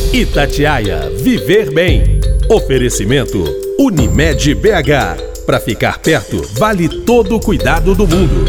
Itatiaia Viver Bem. Oferecimento Unimed BH. Para ficar perto, vale todo o cuidado do mundo.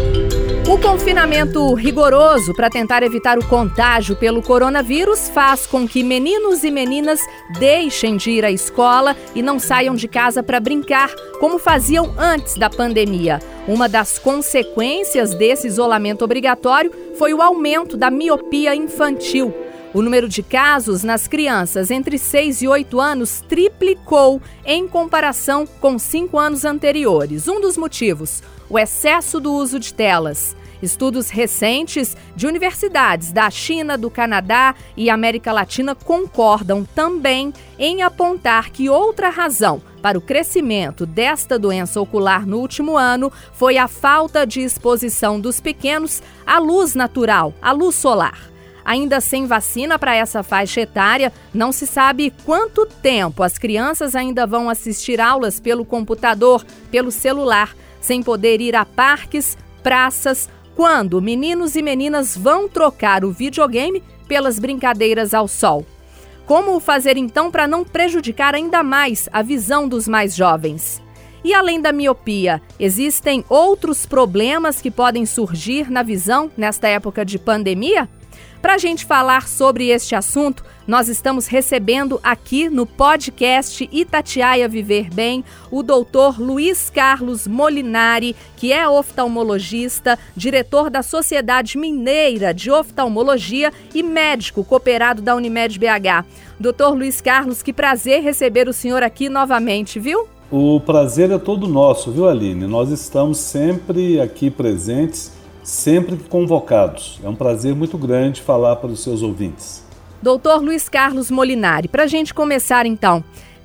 O confinamento rigoroso para tentar evitar o contágio pelo coronavírus faz com que meninos e meninas deixem de ir à escola e não saiam de casa para brincar, como faziam antes da pandemia. Uma das consequências desse isolamento obrigatório foi o aumento da miopia infantil. O número de casos nas crianças entre 6 e 8 anos triplicou em comparação com 5 anos anteriores. Um dos motivos, o excesso do uso de telas. Estudos recentes de universidades da China, do Canadá e América Latina concordam também em apontar que outra razão para o crescimento desta doença ocular no último ano foi a falta de exposição dos pequenos à luz natural, à luz solar. Ainda sem vacina para essa faixa etária, não se sabe quanto tempo as crianças ainda vão assistir aulas pelo computador, pelo celular, sem poder ir a parques, praças, quando meninos e meninas vão trocar o videogame pelas brincadeiras ao sol. Como fazer então para não prejudicar ainda mais a visão dos mais jovens? E além da miopia, existem outros problemas que podem surgir na visão nesta época de pandemia? Para a gente falar sobre este assunto, nós estamos recebendo aqui no podcast Itatiaia Viver Bem o doutor Luiz Carlos Molinari, que é oftalmologista, diretor da Sociedade Mineira de Oftalmologia e médico cooperado da Unimed BH. Doutor Luiz Carlos, que prazer receber o senhor aqui novamente, viu? O prazer é todo nosso, viu, Aline? Nós estamos sempre aqui presentes, sempre convocados. É um prazer muito grande falar para os seus ouvintes. Doutor Luiz Carlos Molinari, para a gente começar então,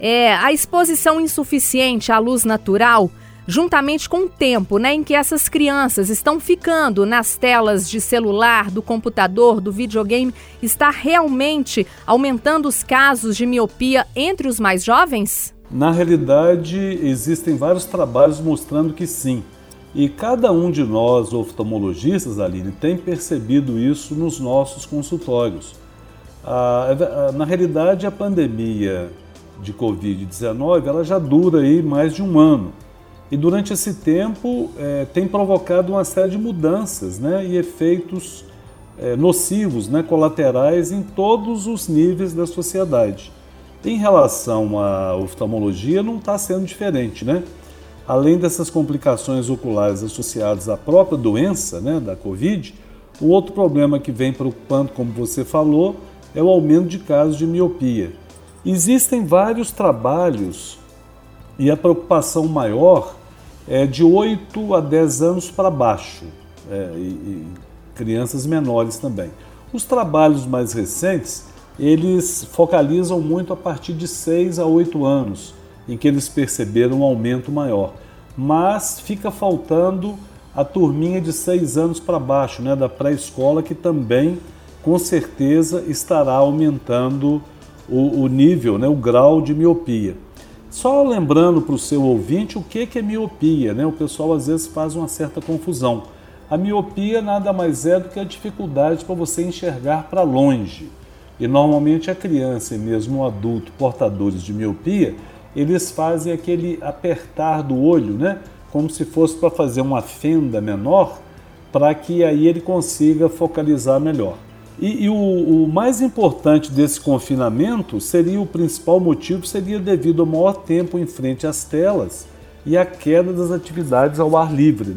a exposição insuficiente à luz natural, juntamente com o tempo em que essas crianças estão ficando nas telas de celular, do computador, do videogame, está realmente aumentando os casos de miopia entre os mais jovens? Na realidade, existem vários trabalhos mostrando que sim. E cada um de nós, oftalmologistas, Aline, tem percebido isso nos nossos consultórios. Na realidade, a pandemia de Covid-19 ela já dura aí mais de um ano. E durante esse tempo tem provocado uma série de mudanças e efeitos nocivos, colaterais em todos os níveis da sociedade. Em relação à oftalmologia, não está sendo diferente, Além dessas complicações oculares associadas à própria doença, da Covid, o outro problema que vem preocupando, como você falou, é o aumento de casos de miopia. Existem vários trabalhos e a preocupação maior é de 8 a 10 anos para baixo, e crianças menores também. Os trabalhos mais recentes, eles focalizam muito a partir de 6 a 8 anos, em que eles perceberam um aumento maior. Mas fica faltando a turminha de 6 anos para baixo, da pré-escola, que também, com certeza, estará aumentando o nível, o grau de miopia. Só lembrando para o seu ouvinte o que é miopia, O pessoal às vezes faz uma certa confusão. A miopia nada mais é do que a dificuldade para você enxergar para longe. E normalmente a criança e mesmo o adulto portadores de miopia, eles fazem aquele apertar do olho, como se fosse para fazer uma fenda menor, para que aí ele consiga focalizar melhor. E o mais importante desse confinamento o principal motivo seria devido ao maior tempo em frente às telas e a queda das atividades ao ar livre,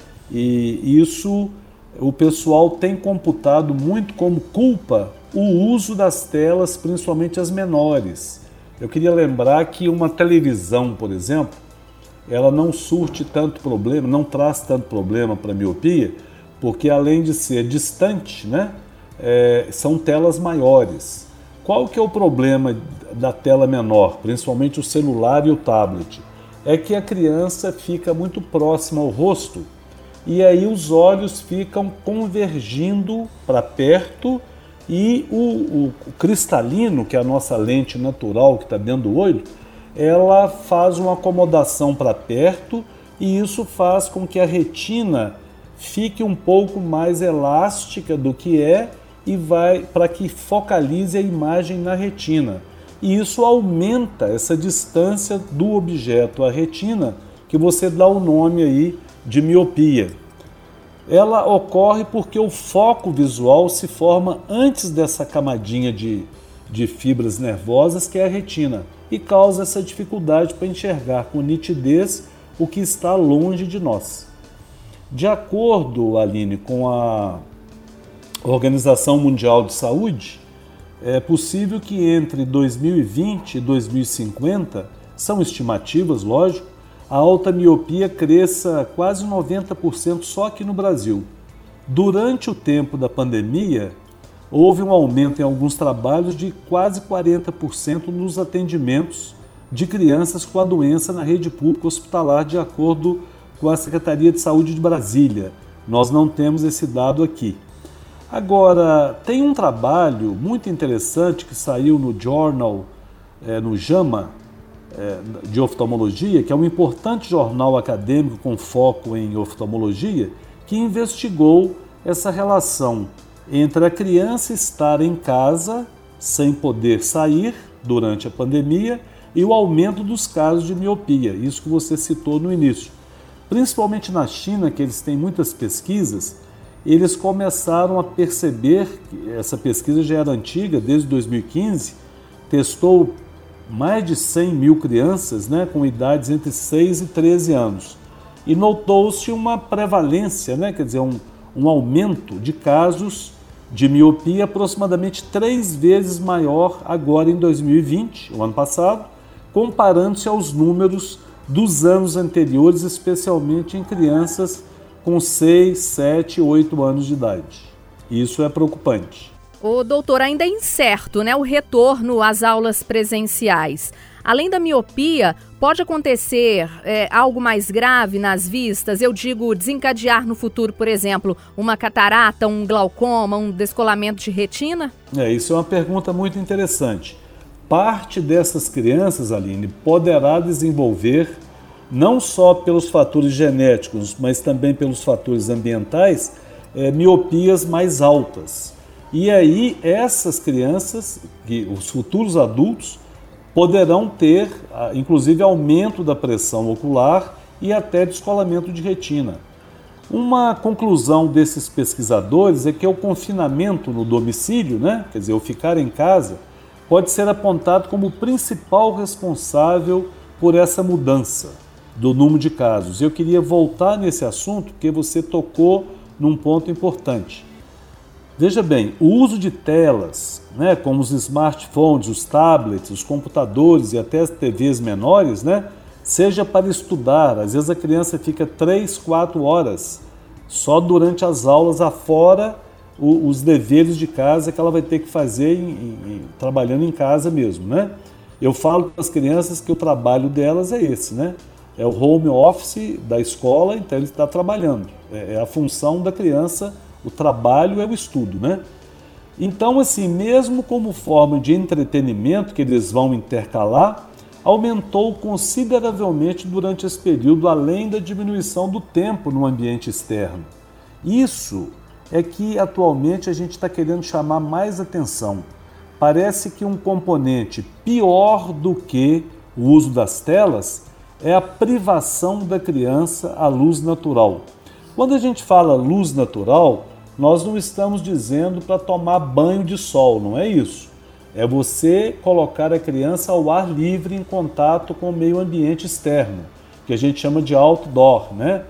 E isso o pessoal tem computado muito como culpa o uso das telas, principalmente as menores. Eu queria lembrar que uma televisão, por exemplo, ela não surte tanto problema, não traz tanto problema para a miopia, porque além de ser distante, são telas maiores. Qual que é o problema da tela menor, principalmente o celular e o tablet? É que a criança fica muito próxima ao rosto e aí os olhos ficam convergindo para perto e o cristalino, que é a nossa lente natural que está dentro do olho, ela faz uma acomodação para perto e isso faz com que a retina fique um pouco mais elástica do que e vai para que focalize a imagem na retina. E isso aumenta essa distância do objeto à retina, que você dá o nome aí de miopia. Ela ocorre porque o foco visual se forma antes dessa camadinha de fibras nervosas, que é a retina, e causa essa dificuldade para enxergar com nitidez o que está longe de nós. De acordo, Aline, com a Organização Mundial de Saúde, é possível que entre 2020 e 2050, são estimativas, lógico, a alta miopia cresça quase 90% só aqui no Brasil. Durante o tempo da pandemia, houve um aumento em alguns trabalhos de quase 40% nos atendimentos de crianças com a doença na rede pública hospitalar, de acordo com a Secretaria de Saúde de Brasília. Nós não temos esse dado aqui. Agora, tem um trabalho muito interessante que saiu no Journal, no JAMA, de oftalmologia, que é um importante jornal acadêmico com foco em oftalmologia, que investigou essa relação entre a criança estar em casa sem poder sair durante a pandemia e o aumento dos casos de miopia, isso que você citou no início. Principalmente na China, que eles têm muitas pesquisas, eles começaram a perceber, que essa pesquisa já era antiga, desde 2015, testou mais de 100 mil crianças, com idades entre 6 e 13 anos. E notou-se uma prevalência, quer dizer, um aumento de casos de miopia aproximadamente 3 vezes maior agora em 2020, o ano passado, comparando-se aos números dos anos anteriores, especialmente em crianças com 6, 7, 8 anos de idade. Isso é preocupante. O doutor, ainda é incerto, o retorno às aulas presenciais. Além da miopia, pode acontecer algo mais grave nas vistas? Eu digo, desencadear no futuro, por exemplo, uma catarata, um glaucoma, um descolamento de retina? Isso é uma pergunta muito interessante. Parte dessas crianças, Aline, poderá desenvolver, não só pelos fatores genéticos, mas também pelos fatores ambientais, miopias mais altas. E aí essas crianças, os futuros adultos, poderão ter, inclusive, aumento da pressão ocular e até descolamento de retina. Uma conclusão desses pesquisadores é que o confinamento no domicílio, quer dizer, o ficar em casa, pode ser apontado como o principal responsável por essa mudança do número de casos. Eu queria voltar nesse assunto porque você tocou num ponto importante. Veja bem, o uso de telas, como os smartphones, os tablets, os computadores e até as TVs menores, seja para estudar, às vezes a criança fica 3, 4 horas só durante as aulas, afora os deveres de casa que ela vai ter que fazer trabalhando em casa mesmo, Eu falo para as crianças que o trabalho delas é esse, É o home office da escola, então ele está trabalhando. É a função da criança, o trabalho é o estudo, Então, assim, mesmo como forma de entretenimento que eles vão intercalar, aumentou consideravelmente durante esse período, além da diminuição do tempo no ambiente externo. Isso é que atualmente a gente está querendo chamar mais atenção. Parece que um componente pior do que o uso das telas é a privação da criança à luz natural. Quando a gente fala luz natural, nós não estamos dizendo para tomar banho de sol, não é isso. É você colocar a criança ao ar livre em contato com o meio ambiente externo, que a gente chama de outdoor,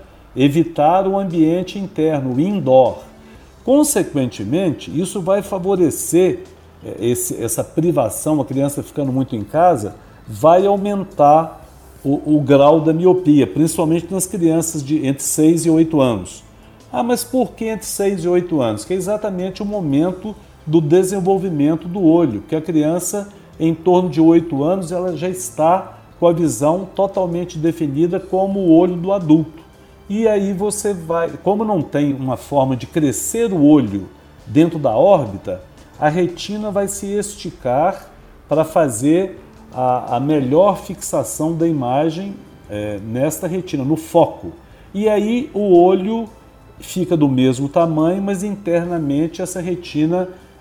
Evitar o ambiente interno, o indoor. Consequentemente, isso vai favorecer essa privação, a criança ficando muito em casa, vai aumentar o grau da miopia, principalmente nas crianças entre 6 e 8 anos. Mas por que entre 6 e 8 anos? Que é exatamente o momento do desenvolvimento do olho, que a criança, em torno de 8 anos, ela já está com a visão totalmente definida como o olho do adulto. E aí você vai, como não tem uma forma de crescer o olho dentro da órbita, a retina vai se esticar para fazer a melhor fixação da imagem nesta retina, no foco. E aí o olho fica do mesmo tamanho, mas internamente essa retina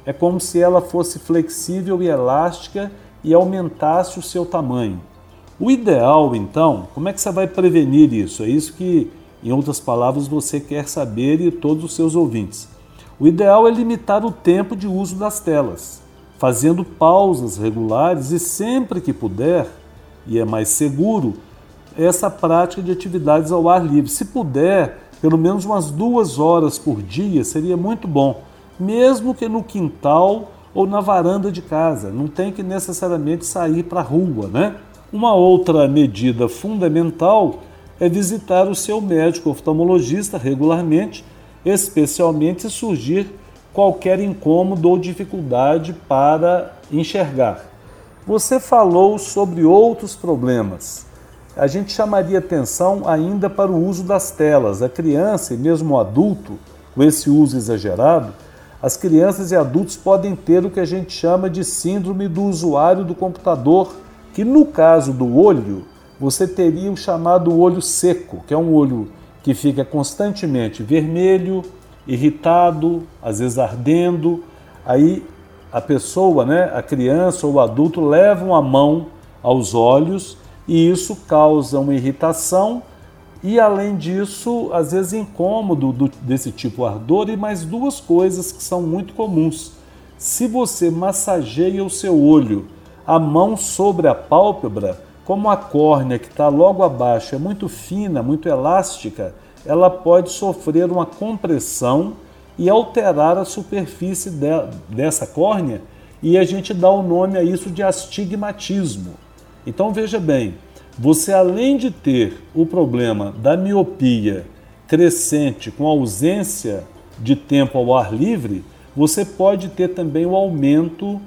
é como se ela fosse flexível e elástica e aumentasse o seu tamanho. O ideal, então, como é que você vai prevenir isso? É isso que, em outras palavras, você quer saber e todos os seus ouvintes. O ideal é limitar o tempo de uso das telas, fazendo pausas regulares e sempre que puder, e é mais seguro, essa prática de atividades ao ar livre. Se puder, pelo menos umas 2 horas por dia seria muito bom, mesmo que no quintal ou na varanda de casa. Não tem que necessariamente sair para a rua, né? Uma outra medida fundamental é visitar o seu médico oftalmologista regularmente, especialmente se surgir qualquer incômodo ou dificuldade para enxergar. Você falou sobre outros problemas. A gente chamaria atenção ainda para o uso das telas. A criança e mesmo o adulto, com esse uso exagerado, as crianças e adultos podem ter o que a gente chama de síndrome do usuário do computador, que no caso do olho, você teria o chamado olho seco, que é um olho que fica constantemente vermelho, irritado, às vezes ardendo. Aí a pessoa, a criança ou o adulto, levam a mão aos olhos e isso causa uma irritação e, além disso, às vezes incômodo desse tipo ardor e mais 2 coisas que são muito comuns. Se você massageia o seu olho, a mão sobre a pálpebra, como a córnea que está logo abaixo é muito fina, muito elástica, ela pode sofrer uma compressão e alterar a superfície dessa córnea e a gente dá o nome a isso de astigmatismo. Então veja bem, você além de ter o problema da miopia crescente com ausência de tempo ao ar livre, você pode ter também o aumento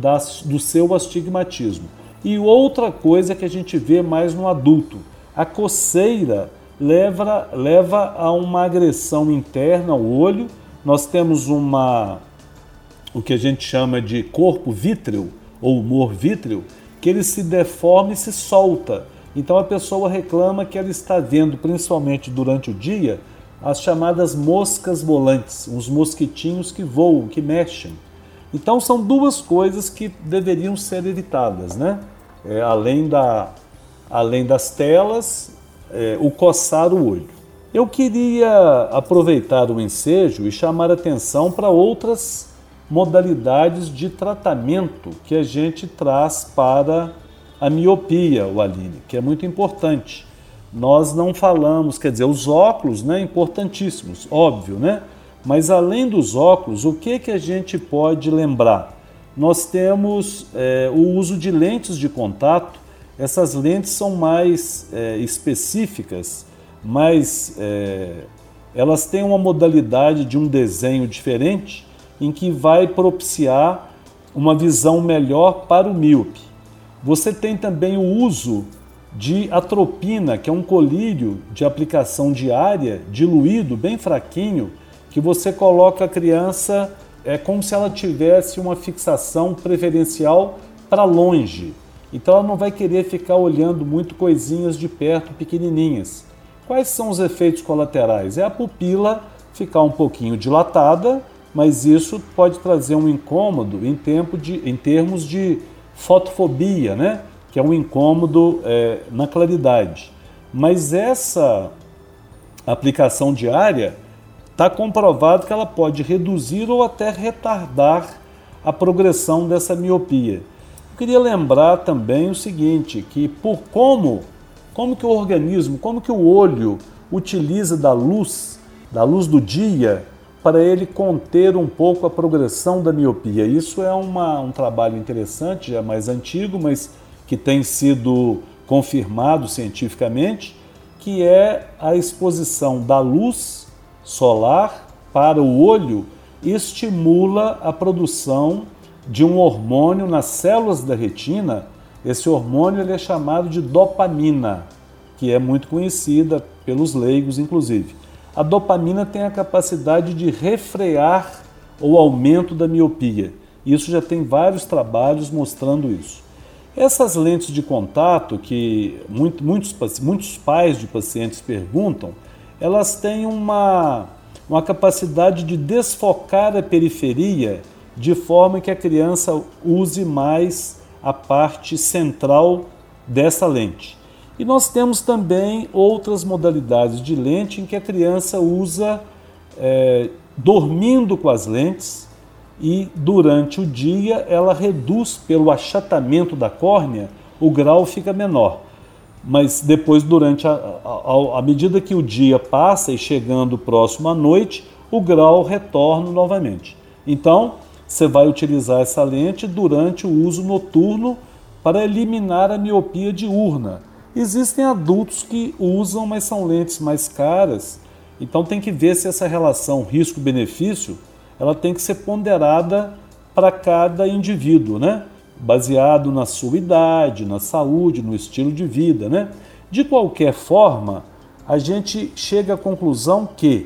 do seu astigmatismo. E outra coisa que a gente vê mais no adulto, a coceira leva a uma agressão interna ao olho. Nós temos o que a gente chama de corpo vítreo ou humor vítreo, que ele se deforma e se solta. Então a pessoa reclama que ela está vendo, principalmente durante o dia, as chamadas moscas volantes, os mosquitinhos que voam, que mexem. Então são 2 coisas que deveriam ser evitadas, além das telas, o coçar o olho. Eu queria aproveitar o ensejo e chamar atenção para outras modalidades de tratamento que a gente traz para a miopia, Aline, que é muito importante. Nós não falamos, quer dizer, os óculos, importantíssimos, óbvio, Mas além dos óculos, o que a gente pode lembrar? Nós temos o uso de lentes de contato. Essas lentes são mais específicas, mas elas têm uma modalidade de um desenho diferente em que vai propiciar uma visão melhor para o míope. Você tem também o uso de atropina, que é um colírio de aplicação diária, diluído, bem fraquinho, que você coloca a criança como se ela tivesse uma fixação preferencial para longe. Então ela não vai querer ficar olhando muito coisinhas de perto, pequenininhas. Quais são os efeitos colaterais? É a pupila ficar um pouquinho dilatada, mas isso pode trazer um incômodo em termos de fotofobia, que é um incômodo na claridade. Mas essa aplicação diária está comprovado que ela pode reduzir ou até retardar a progressão dessa miopia. Eu queria lembrar também o seguinte, que como que o organismo, como que o olho utiliza da luz do dia para ele conter um pouco a progressão da miopia. Isso é um trabalho interessante, já mais antigo, mas que tem sido confirmado cientificamente, que é a exposição da luz solar para o olho estimula a produção de um hormônio nas células da retina. Esse hormônio ele é chamado de dopamina, que é muito conhecida pelos leigos, inclusive. A dopamina tem a capacidade de refrear o aumento da miopia. Isso já tem vários trabalhos mostrando isso. Essas lentes de contato que muitos pais de pacientes perguntam, elas têm uma capacidade de desfocar a periferia de forma que a criança use mais a parte central dessa lente. E nós temos também outras modalidades de lente em que a criança usa dormindo com as lentes, e durante o dia ela reduz pelo achatamento da córnea, o grau fica menor. Mas depois, durante à medida que o dia passa e chegando próximo à noite, o grau retorna novamente. Então, você vai utilizar essa lente durante o uso noturno para eliminar a miopia diurna. Existem adultos que usam, mas são lentes mais caras, então tem que ver se essa relação risco-benefício ela tem que ser ponderada para cada indivíduo, né? Baseado na sua idade, na saúde, no estilo de vida, né? De qualquer forma, a gente chega à conclusão que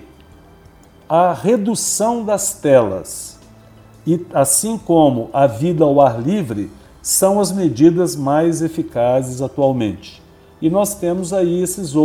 a redução das telas e assim como a vida ao ar livre são as medidas mais eficazes atualmente. E nós temos aí essas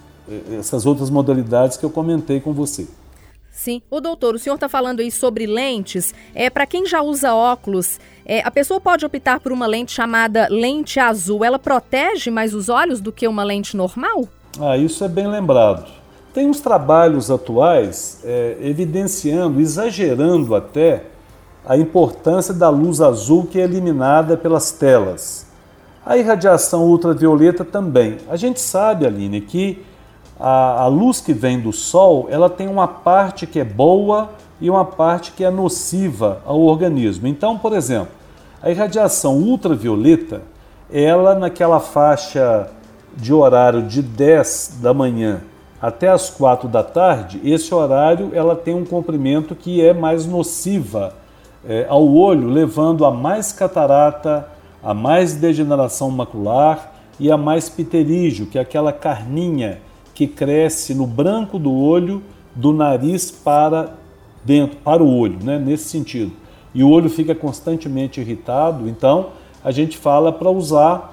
outras modalidades que eu comentei com você. Sim. Doutor, o senhor está falando aí sobre lentes. Para quem já usa óculos, a pessoa pode optar por uma lente chamada lente azul. Ela protege mais os olhos do que uma lente normal? Isso é bem lembrado. Tem uns trabalhos atuais evidenciando, exagerando até, a importância da luz azul que é eliminada pelas telas. A irradiação ultravioleta também. A gente sabe, Aline, que a luz que vem do sol, ela tem uma parte que é boa e uma parte que é nociva ao organismo. Então, por exemplo, a irradiação ultravioleta, ela naquela faixa de horário de 10 da manhã até as 4 da tarde, esse horário ela tem um comprimento que é mais nociva ao olho, levando a mais catarata, a mais degeneração macular e a mais pterígio, que é aquela carninha que cresce no branco do olho, do nariz para dentro, para o olho, né? Nesse sentido. E o olho fica constantemente irritado, então a gente fala para usar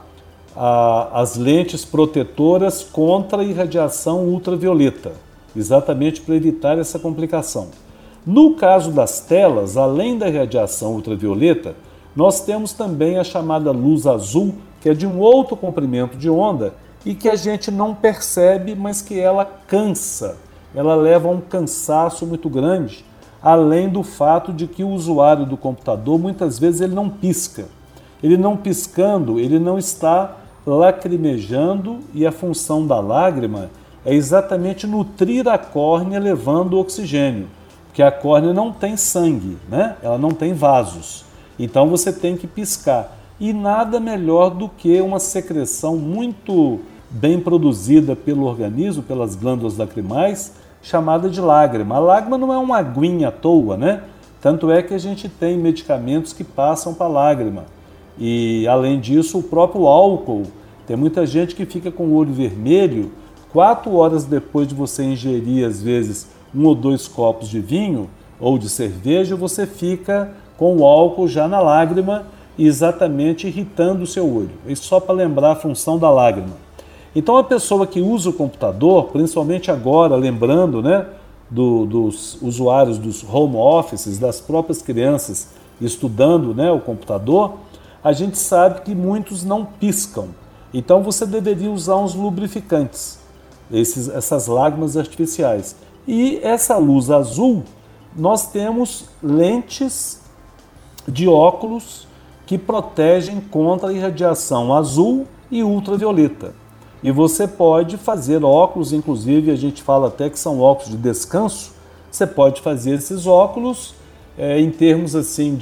as lentes protetoras contra a irradiação ultravioleta, exatamente para evitar essa complicação. No caso das telas, além da radiação ultravioleta, nós temos também a chamada luz azul, que é de um outro comprimento de onda e que a gente não percebe, mas que ela cansa. Ela leva a um cansaço muito grande, além do fato de que o usuário do computador, muitas vezes, ele não pisca. Ele não piscando, ele não está lacrimejando, e a função da lágrima é exatamente nutrir a córnea levando oxigênio, porque a córnea não tem sangue, né? Ela não tem vasos. Então você tem que piscar. E nada melhor do que uma secreção muito bem produzida pelo organismo, pelas glândulas lacrimais, chamada de lágrima. A lágrima não é uma aguinha à toa, né? Tanto é que a gente tem medicamentos que passam para a lágrima. E, além disso, o próprio álcool. Tem muita gente que fica com o olho vermelho 4 horas depois de você ingerir, às vezes, 1 ou 2 copos de vinho ou de cerveja, você fica com o álcool já na lágrima, exatamente irritando o seu olho. Isso só para lembrar a função da lágrima. Então, a pessoa que usa o computador, principalmente agora, lembrando, né, dos usuários dos home offices, das próprias crianças estudando, né, o computador, a gente sabe que muitos não piscam. Então, você deveria usar uns lubrificantes, essas lágrimas artificiais. E essa luz azul, nós temos lentes de óculos que protegem contra a irradiação azul e ultravioleta. E você pode fazer óculos, inclusive a gente fala até que são óculos de descanso. Você pode fazer esses óculos em termos assim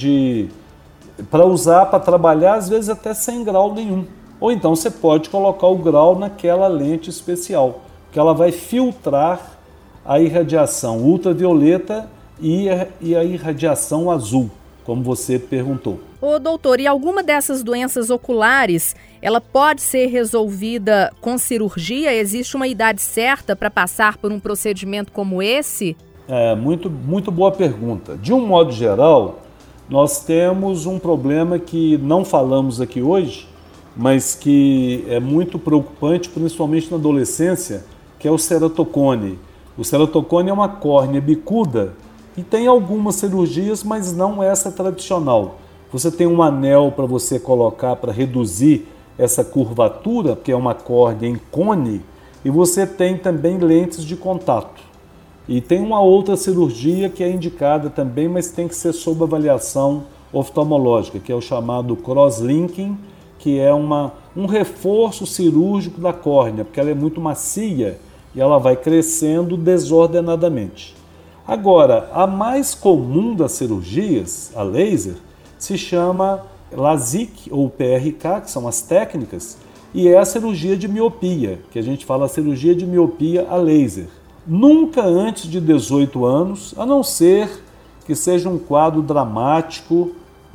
para usar, para trabalhar, às vezes até sem grau nenhum. Ou então você pode colocar o grau naquela lente especial, que ela vai filtrar a irradiação ultravioleta e a irradiação azul, como você perguntou. Doutor, e alguma dessas doenças oculares, ela pode ser resolvida com cirurgia? Existe uma idade certa para passar por um procedimento como esse? Muito, muito boa pergunta. De um modo geral, nós temos um problema que não falamos aqui hoje, mas que é muito preocupante, principalmente na adolescência, que é o ceratocone. O ceratocone é uma córnea bicuda E tem algumas cirurgias, mas não essa tradicional. Você tem um anel para você colocar para reduzir essa curvatura, que é uma córnea em cone, e você tem também lentes de contato. E tem uma outra cirurgia que é indicada também, mas tem que ser sob avaliação oftalmológica, que é o chamado crosslinking, que é um reforço cirúrgico da córnea, porque ela é muito macia e ela vai crescendo desordenadamente. Agora, a mais comum das cirurgias, a laser, se chama LASIK ou PRK, que são as técnicas, e é a cirurgia de miopia, que a gente fala cirurgia de miopia a laser. Nunca antes de 18 anos, a não ser que seja um quadro dramático,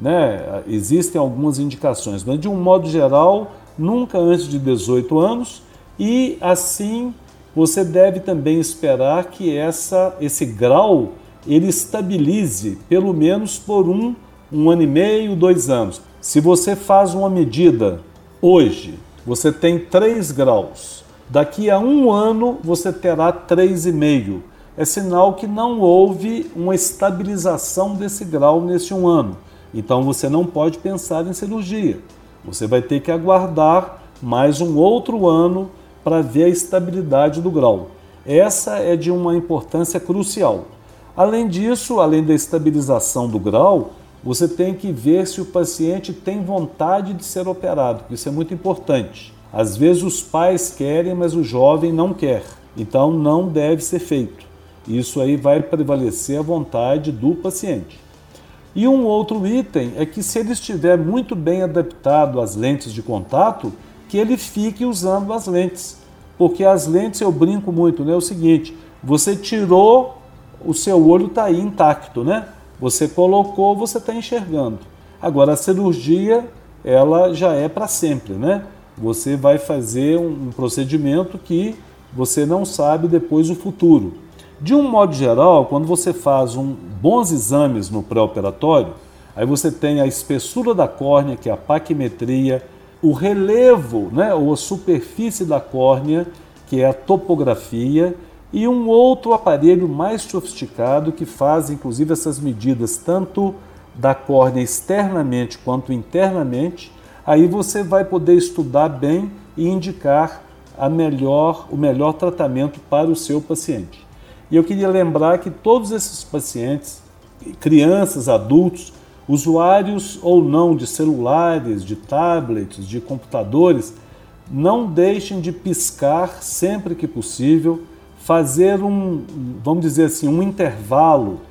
né? Existem algumas indicações, mas de um modo geral, nunca antes de 18 anos, e assim você deve também esperar que esse grau ele estabilize pelo menos por um ano e meio, 2 anos. Se você faz uma medida hoje, você tem 3 graus, daqui a 1 ano você terá 3,5. É sinal que não houve uma estabilização desse grau nesse 1 ano. Então você não pode pensar em cirurgia. Você vai ter que aguardar mais um outro ano para ver a estabilidade do grau. Essa é de uma importância crucial. Além disso, além da estabilização do grau, você tem que ver se o paciente tem vontade de ser operado, isso é muito importante. Às vezes os pais querem, mas o jovem não quer, então não deve ser feito. Isso aí vai prevalecer a vontade do paciente. E um outro item é que se ele estiver muito bem adaptado às lentes de contato, que ele fique usando as lentes. Porque as lentes, eu brinco muito, né? É o seguinte, você tirou, o seu olho está aí intacto, né? Você colocou, você está enxergando. Agora, a cirurgia, ela já é para sempre, né? Você vai fazer um procedimento que você não sabe depois o futuro. De um modo geral, quando você faz bons exames no pré-operatório, aí você tem a espessura da córnea, que é a paquimetria, o relevo, né, ou a superfície da córnea, que é a topografia, e um outro aparelho mais sofisticado que faz, inclusive, essas medidas tanto da córnea externamente quanto internamente. Aí você vai poder estudar bem e indicar o melhor tratamento para o seu paciente. E eu queria lembrar que todos esses pacientes, crianças, adultos, usuários ou não de celulares, de tablets, de computadores, não deixem de piscar sempre que possível, fazer vamos dizer assim, um intervalo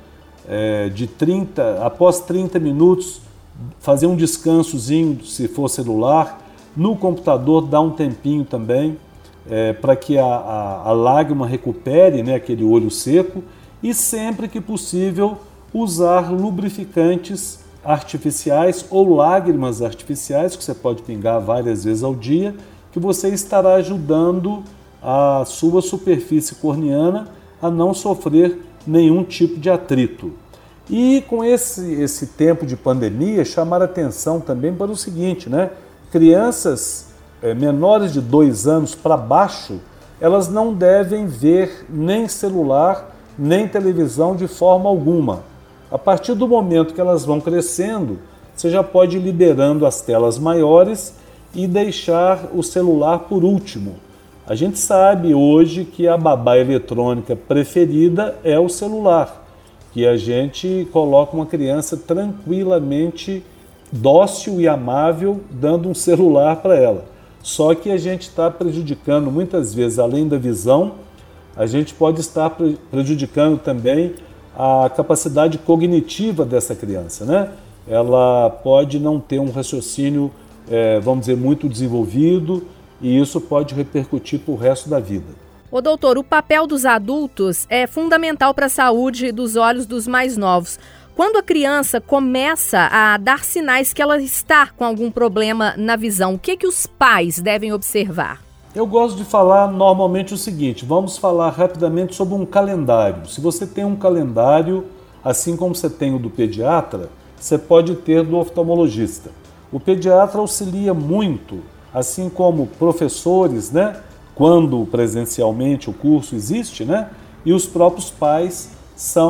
após 30 minutos, fazer um descansozinho, se for celular, no computador dá um tempinho também, para que a lágrima recupere, né, aquele olho seco, e sempre que possível usar lubrificantes artificiais ou lágrimas artificiais, que você pode pingar várias vezes ao dia, que você estará ajudando a sua superfície corneana a não sofrer nenhum tipo de atrito. E com esse tempo de pandemia, chamar a atenção também para o seguinte, né? Crianças menores de 2 anos para baixo, elas não devem ver nem celular, nem televisão de forma alguma. A partir do momento que elas vão crescendo, você já pode ir liberando as telas maiores e deixar o celular por último. A gente sabe hoje que a babá eletrônica preferida é o celular, que a gente coloca uma criança tranquilamente dócil e amável dando um celular para ela. Só que a gente está prejudicando muitas vezes, além da visão, a gente pode estar prejudicando também a capacidade cognitiva dessa criança, né? Ela pode não ter um raciocínio, vamos dizer, muito desenvolvido, e isso pode repercutir para o resto da vida. Ô doutor, o papel dos adultos é fundamental para a saúde dos olhos dos mais novos. Quando a criança começa a dar sinais que ela está com algum problema na visão, o que os pais devem observar? Eu gosto de falar normalmente o seguinte, vamos falar rapidamente sobre um calendário. Se você tem um calendário, assim como você tem o do pediatra, você pode ter do oftalmologista. O pediatra auxilia muito, assim como professores, né, quando presencialmente o curso existe, né, e os próprios pais são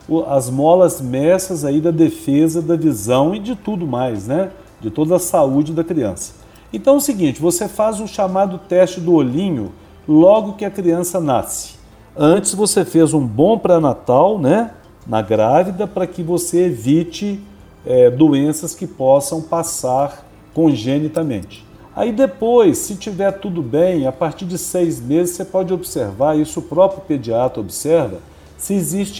as molas mestras aí da defesa da visão e de tudo mais, né? De toda a saúde da criança. Então é o seguinte, você faz o chamado teste do olhinho logo que a criança nasce. Antes você fez um bom pré-natal, né? Na grávida, para que você evite doenças que possam passar congenitamente. Aí depois, se tiver tudo bem, a partir de 6 meses você pode observar, isso o próprio pediatra observa, se existe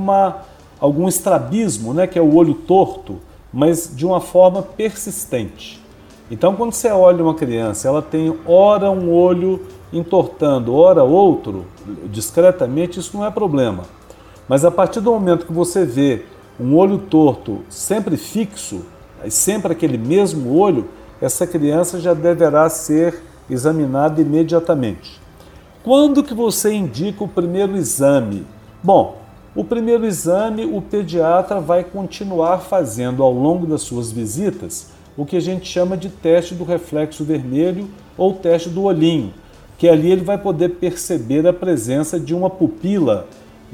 algum estrabismo, né, que é o olho torto, mas de uma forma persistente. Então, quando você olha uma criança, ela tem ora um olho entortando, ora outro, discretamente, isso não é problema. Mas a partir do momento que você vê um olho torto sempre fixo, sempre aquele mesmo olho, essa criança já deverá ser examinada imediatamente. Quando que você indica o primeiro exame? Bom, o primeiro exame o pediatra vai continuar fazendo ao longo das suas visitas o que a gente chama de teste do reflexo vermelho ou teste do olhinho, que ali ele vai poder perceber a presença de uma pupila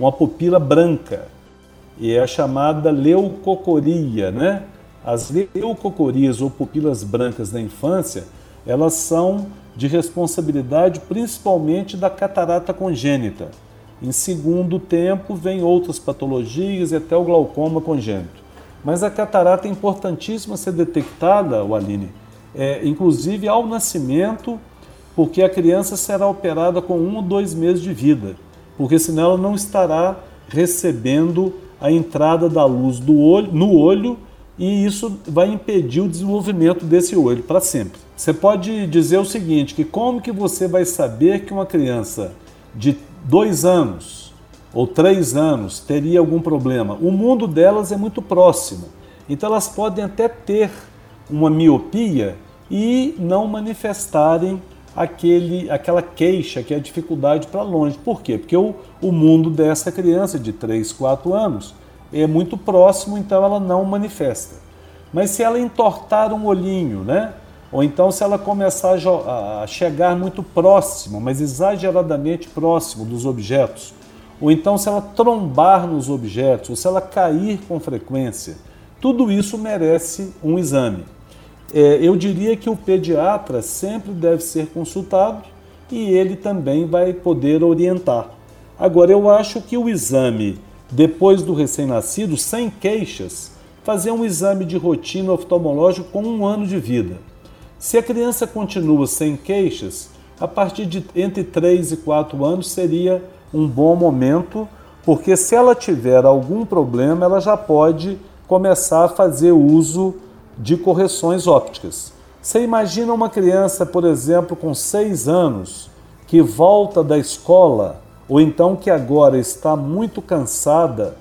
branca, e é a chamada leucocoria, né? As leucocorias ou pupilas brancas da infância, elas são de responsabilidade principalmente da catarata congênita. Em segundo tempo, vem outras patologias e até o glaucoma congênito. Mas a catarata é importantíssima ser detectada, Aline, inclusive ao nascimento, porque a criança será operada com 1 ou 2 meses de vida, porque senão ela não estará recebendo a entrada da luz no olho, e isso vai impedir o desenvolvimento desse olho para sempre. Você pode dizer o seguinte, que como que você vai saber que uma criança de 2 anos ou 3 anos teria algum problema? O mundo delas é muito próximo, então elas podem até ter uma miopia e não manifestarem aquela queixa, que é a dificuldade para longe. Por quê? Porque o mundo dessa criança de 3, 4 anos é muito próximo, então ela não manifesta. Mas se ela entortar um olhinho, né? Ou então se ela começar a chegar muito próximo, mas exageradamente próximo dos objetos, ou então se ela trombar nos objetos, ou se ela cair com frequência, tudo isso merece um exame. Eu diria que o pediatra sempre deve ser consultado e ele também vai poder orientar. Agora, eu acho que o exame, depois do recém-nascido, sem queixas, fazer um exame de rotina oftalmológico com 1 ano de vida. Se a criança continua sem queixas, a partir de entre 3 e 4 anos seria um bom momento, porque se ela tiver algum problema, ela já pode começar a fazer uso de correções ópticas. Você imagina uma criança, por exemplo, com 6 anos, que volta da escola, ou então que agora está muito cansada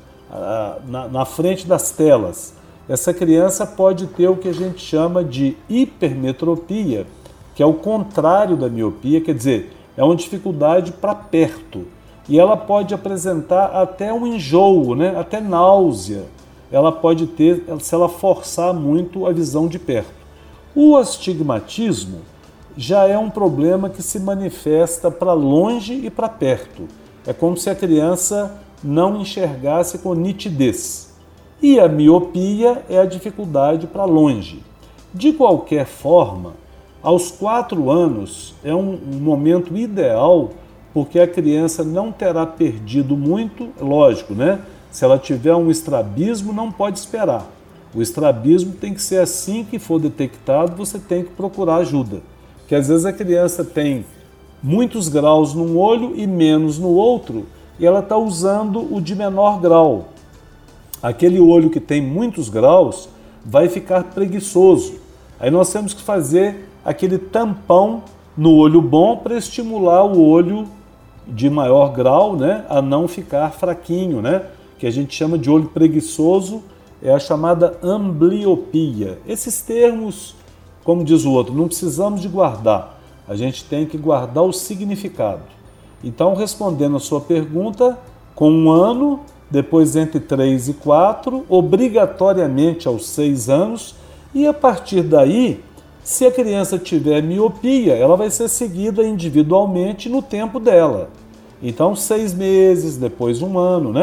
na frente das telas. Essa criança pode ter o que a gente chama de hipermetropia, que é o contrário da miopia, quer dizer, é uma dificuldade para perto. E ela pode apresentar até um enjoo, né? Até náusea. Ela pode ter, se ela forçar muito a visão de perto. O astigmatismo já é um problema que se manifesta para longe e para perto. É como se a criança não enxergasse com nitidez. E a miopia é a dificuldade para longe. De qualquer forma, aos 4 anos é um momento ideal, porque a criança não terá perdido muito, lógico, né? Se ela tiver um estrabismo, não pode esperar. O estrabismo tem que ser assim que for detectado, você tem que procurar ajuda. Porque às vezes a criança tem muitos graus num olho e menos no outro, e ela está usando o de menor grau. Aquele olho que tem muitos graus vai ficar preguiçoso. Aí nós temos que fazer aquele tampão no olho bom para estimular o olho de maior grau, né, a não ficar fraquinho, né? Que a gente chama de olho preguiçoso, é a chamada ambliopia. Esses termos, como diz o outro, não precisamos de guardar, a gente tem que guardar o significado. Então, respondendo a sua pergunta, com 1 ano, depois entre 3 e 4, obrigatoriamente aos 6 anos, e a partir daí, se a criança tiver miopia, ela vai ser seguida individualmente no tempo dela. Então, 6 meses, depois 1 ano, né?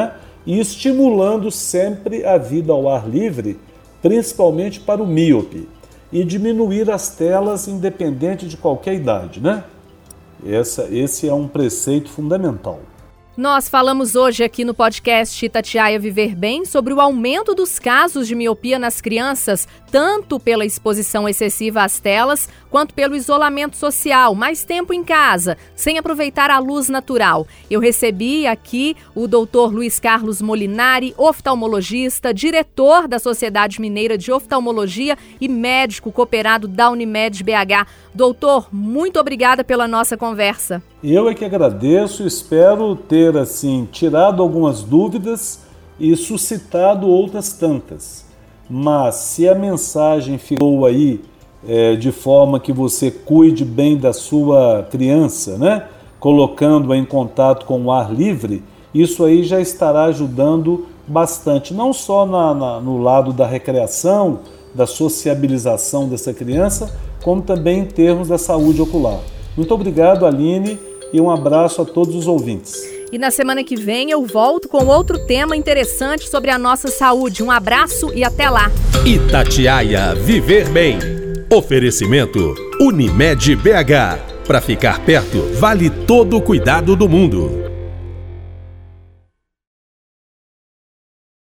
e estimulando sempre a vida ao ar livre, principalmente para o míope, e diminuir as telas independente de qualquer idade, né? Esse é um preceito fundamental. Nós falamos hoje aqui no podcast Itatiaia Viver Bem sobre o aumento dos casos de miopia nas crianças, tanto pela exposição excessiva às telas, quanto pelo isolamento social, mais tempo em casa, sem aproveitar a luz natural. Eu recebi aqui o Dr. Luiz Carlos Molinari, oftalmologista, diretor da Sociedade Mineira de Oftalmologia e médico cooperado da Unimed BH. Doutor, muito obrigada pela nossa conversa. Eu é que agradeço, espero ter tirado algumas dúvidas e suscitado outras tantas. Mas se a mensagem ficou aí de forma que você cuide bem da sua criança, né? Colocando-a em contato com o ar livre, isso aí já estará ajudando bastante, não só no lado da recreação, da sociabilização dessa criança, como também em termos da saúde ocular. Muito obrigado, Aline, e um abraço a todos os ouvintes. E na semana que vem eu volto com outro tema interessante sobre a nossa saúde. Um abraço e até lá. Itatiaia Viver Bem. Oferecimento Unimed BH. Para ficar perto, vale todo o cuidado do mundo.